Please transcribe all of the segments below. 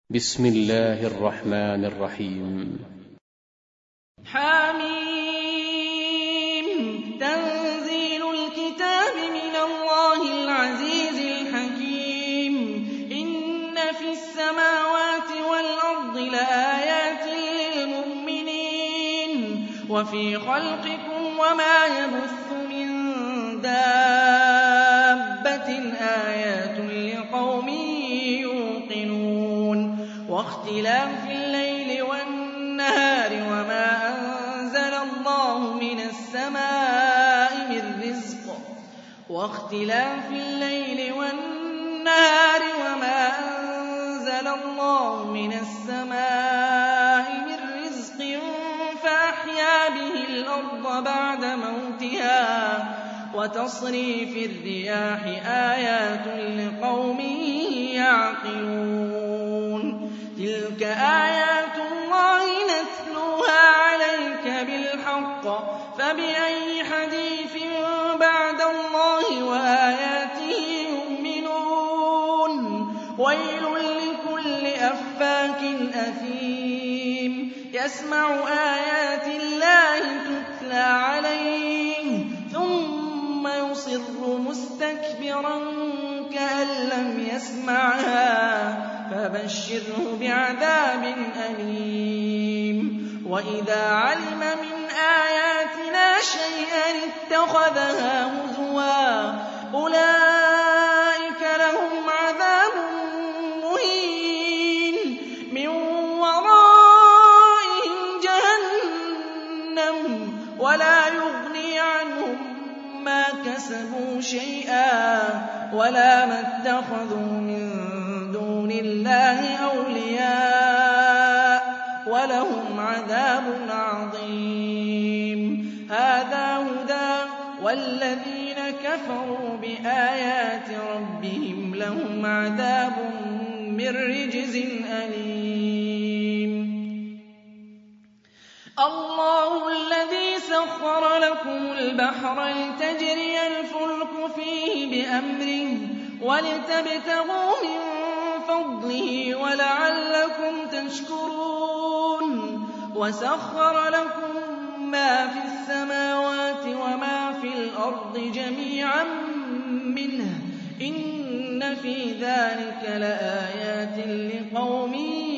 بسم الله الرحمن الرحيم. حميم. تنزيل الكتاب من الله العزيز الحكيم. إن في السماوات والأرض لآيات للمؤمنين وفي خلقكم وما يبث من دابة آيات لقوم يوقنون. واختلاف الليل والنهار وما أنزل الله من السماء من رزق فأحيا به الأرض بعد موتها وتصريف الرياح آيات لقوم يعقلون. تلك آيات الله نتلوها عليك بالحق فبأي حديث بعد الله وآياته يؤمنون. ويل لكل أفاك أثيم يسمع آيات الله تتلى عليه ثم يصر مستكبرا كأن لم يسمعها فبشره بعذاب أليم. وإذا علم من آياتنا شيئا اتخذها هزوا أولئك لهم عذاب مهين من ورائهم جهنم ولا يغني عنهم ما كسبوا شيئا ولا ما اتخذوا من دون الله أولياء ولهم عذاب عظيم. هذا هدى والذين كفروا بآيات ربهم لهم عذاب من رجز أليم. الله الذي سخر لكم البحر لتجري الفلك فيه بأمره ولتبتغوا من فضله ولعلكم تشكرون. وسخر لكم ما في السماوات وما في الأرض جميعا منه إن في ذلك لآيات لقوم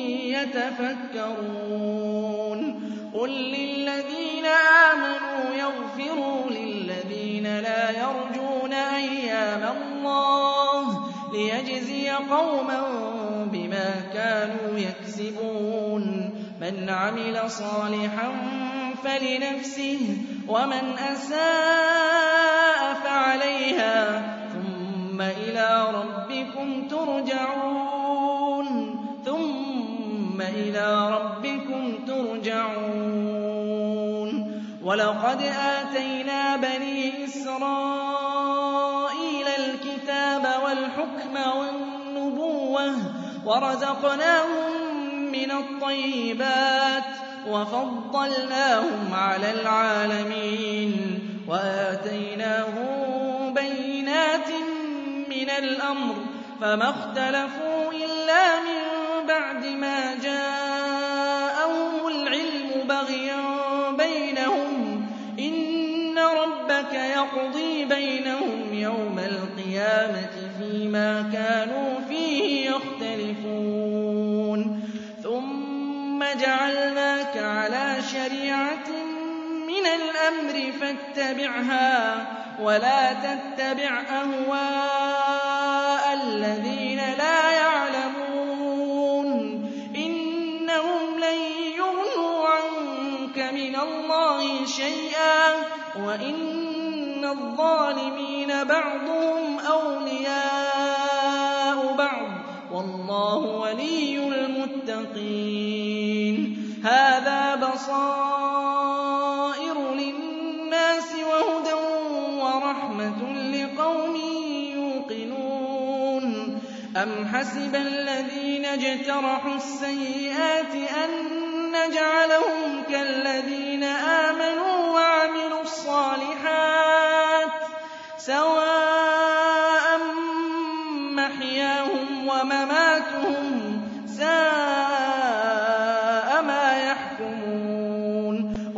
يتفكرون. قل للذين آمنوا يغفروا للذين لا يرجون أيام الله ليجزي قوما بما كانوا يكسبون. من عمل صالحا فلنفسه ومن أساء فعليها ثم إلى ربكم ترجعون. ولقد آتينا بني إسرائيل الكتاب والحكم والنبوة ورزقناهم من الطيبات وفضلناهم على العالمين وآتيناهم بينات من الأمر فما اختلفوا إلا من بعد ما جاءهم العلم بغيا بينهم. إن ربك يقضي بينهم يوم القيامة فيما كانوا فيه يختلفون. ثم جعلناك على شريعة من الأمر فاتبعها ولا تتبع أهواء الذين لا يعلمون. إنهم لن يغنوا عنك من الله شيئا وإن الظالمين بعضهم أولياء بعض والله ولي المتقين. هذا بصائر للناس وهدى ورحمة لقوم يوقنون. أم حسب الذين اجترحوا السيئات أن نجعلهم كالذين آمنوا وعملوا الصالحات سواء محياهم ومماتهم ساء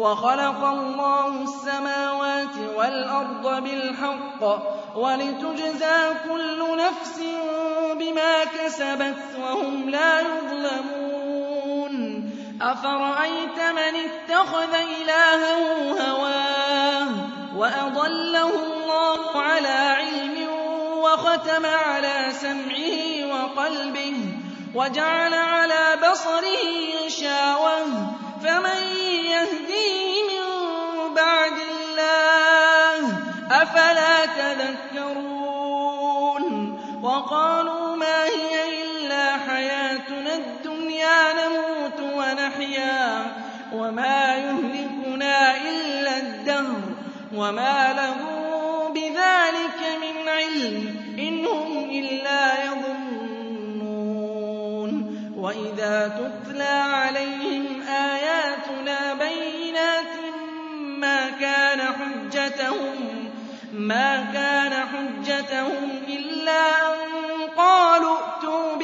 وَخَلَقَ اللَّهُ السَّمَاوَاتِ وَالْأَرْضَ بِالْحَقِّ وَلِتُجْزَىٰ كُلُّ نَفْسٍ بِمَا كَسَبَتْ وَهُمْ لَا يُظْلَمُونَ أَفَرَأَيْتَ مَنِ اتَّخَذَ إِلَٰهَهُ هَوَاهُ وَأَضَلَّهُ اللَّهُ عَلَىٰ عِلْمٍ وَخَتَمَ عَلَىٰ سَمْعِهِ وَقَلْبِهِ وَجَعَلَ عَلَىٰ بَصَرِهِ غِشَاوَةً فَمَن يَهْدِيهِ مِن بَعْدِ اللَّهِ ۚ أَفَلَا تَذَكَّرُونَ وَقَالُوا مَا هِيَ إِلَّا حَيَاتُنَا الدُّنْيَا نَمُوتُ وَنَحْيَا وَمَا يُهْلِكُنَا إِلَّا الدَّهْرُ وَمَا لَهُم بِذَٰلِكَ مِنْ عِلْمٍ إِنْ هُمْ إِلَّا يَظُنُّونَ وَإِذَا تُتْلَىٰ عَلَيْهِمْ آيَاتُنَا بَيِّنَاتٍ مَّا كَانَ حُجَّتَهُمْ إِلَّا أَن قَالُوا ائْتُوا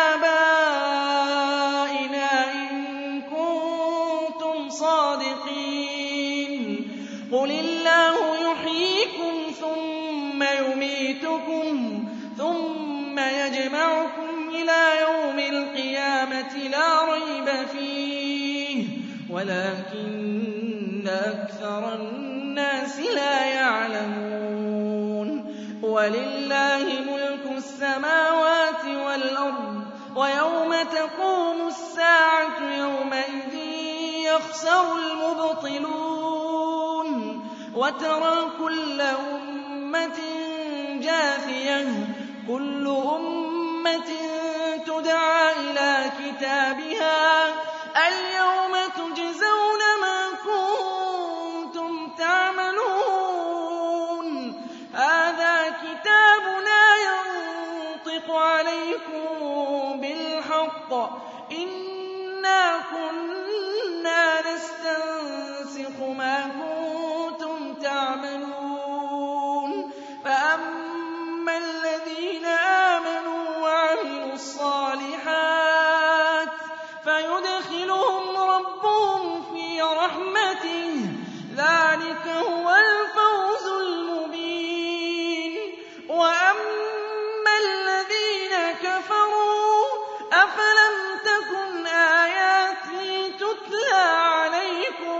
بِآبَائِنَا إِن كُنتُمْ صَادِقِينَ قُلِ اللَّهُ يُحْيِيكُمْ ثُمَّ يُمِيتُكُمْ ثُمَّ يَجْمَعُكُمْ إِلَىٰ يَوْمِ الْقِيَامَةِ لَا رَيْبَ فِيهِ وَلَٰكِنَّ أَكْثَرَ النَّاسِ لَا يَعْلَمُونَ وَلِلَّهِ مُلْكُ السَّمَاوَاتِ وَالْأَرْضِ وَيَوْمَ تَقُومُ السَّاعَةُ يَوْمَئِذٍ يَخْسَرُ الْمُبْطِلُونَ وَتَرَىٰ كُلَّ أُمَّةٍ جَاثِيَةً كُلُّ أُمَّةٍ تُدْعَىٰ إِلَىٰ كِتَابِهَا الْيَوْمَ تُجْزَوْنَ مَا كُنتُمْ تَعْمَلُونَ هَٰذَا كِتَابُنَا يَنطِقُ عَلَيْكُم بِالْحَقِّ إِنَّا كُنَّا نَسْتَنسِخُ مَا كُنتُمْ تَعْمَلُونَ فَأَمَّا الَّذِينَ آمَنُوا وَعَمِلُوا الصَّالِحَاتِ فَيُدْخِلُهُمْ رَبُّهُمْ فِي رَحْمَتِهِ ۚ ذَٰلِكَ هُوَ الْفَوْزُ الْمُبِينُ وَأَمَّا الَّذِينَ كَفَرُوا أَفَلَمْ تَكُنْ آيَاتِي تُتْلَىٰ عَلَيْكُمْ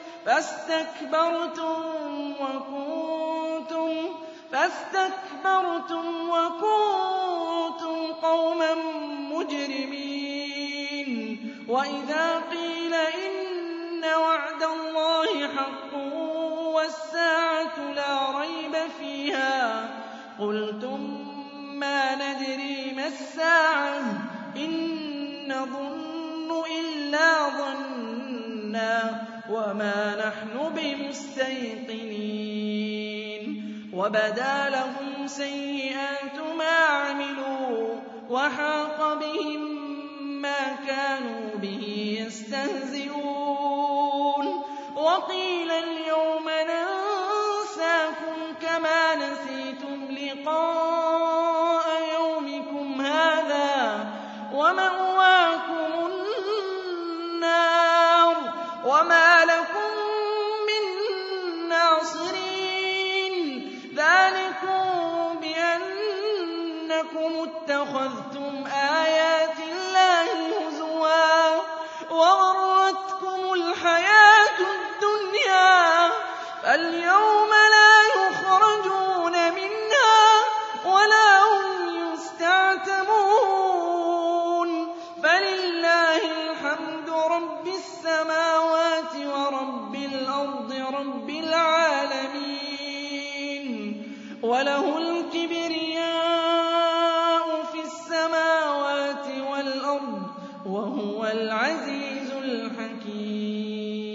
فَاسْتَكْبَرْتُمْ وَكُنتُمْ قَوْمًا مُّجْرِمِينَ وَإِذَا قِيلَ إِنَّ وَعْدَ اللَّهِ حَقٌّ وَالسَّاعَةُ لَا رَيْبَ فِيهَا قُلْتُم مَّا نَدْرِي مَا السَّاعَةُ إِن نَّظُنُّ إِلَّا ظَنًّا وَمَا نَحْنُ بِمُسْتَيْقِنِينَ وَبَدَا لَهُمْ سَيِّئَاتُ مَا عَمِلُوا وَحَاقَ بِهِم مَّا كَانُوا بِهِ يَسْتَهْزِئُونَ وَقِيلَ الْيَوْمَ نَنسَاكُمْ كَمَا نَسِيتُمْ لِقَاءَ يَوْمِكُمْ هَٰذَا وَمَأْوَاكُمُ النَّارُ وَمَا لَكُم مِّن نَّاصِرِينَ ذَٰلِكُم بِأَنَّكُمُ اتَّخَذْتُمْ آيَاتِ اللَّهِ هُزُوًا وَغَرَّتْكُمُ الْحَيَاةُ الدُّنْيَا فَالْيَوْمَ لَا يُخْرَجُونَ مِنْهَا وَلَا هُمْ يُسْتَعْتَبُونَ فَلِلَّهِ الْحَمْدُ رَبِّ السَّمَاوَاتِ وَرَبِّ الْأَرْضِ رَبِّ الْعَالَمِينَ وَلَهُ الْكِبْرِيَاءُ فِي السَّمَاوَاتِ وَالْأَرْضِ وَهُوَ الْعَزِيزُ الْحَكِيمُ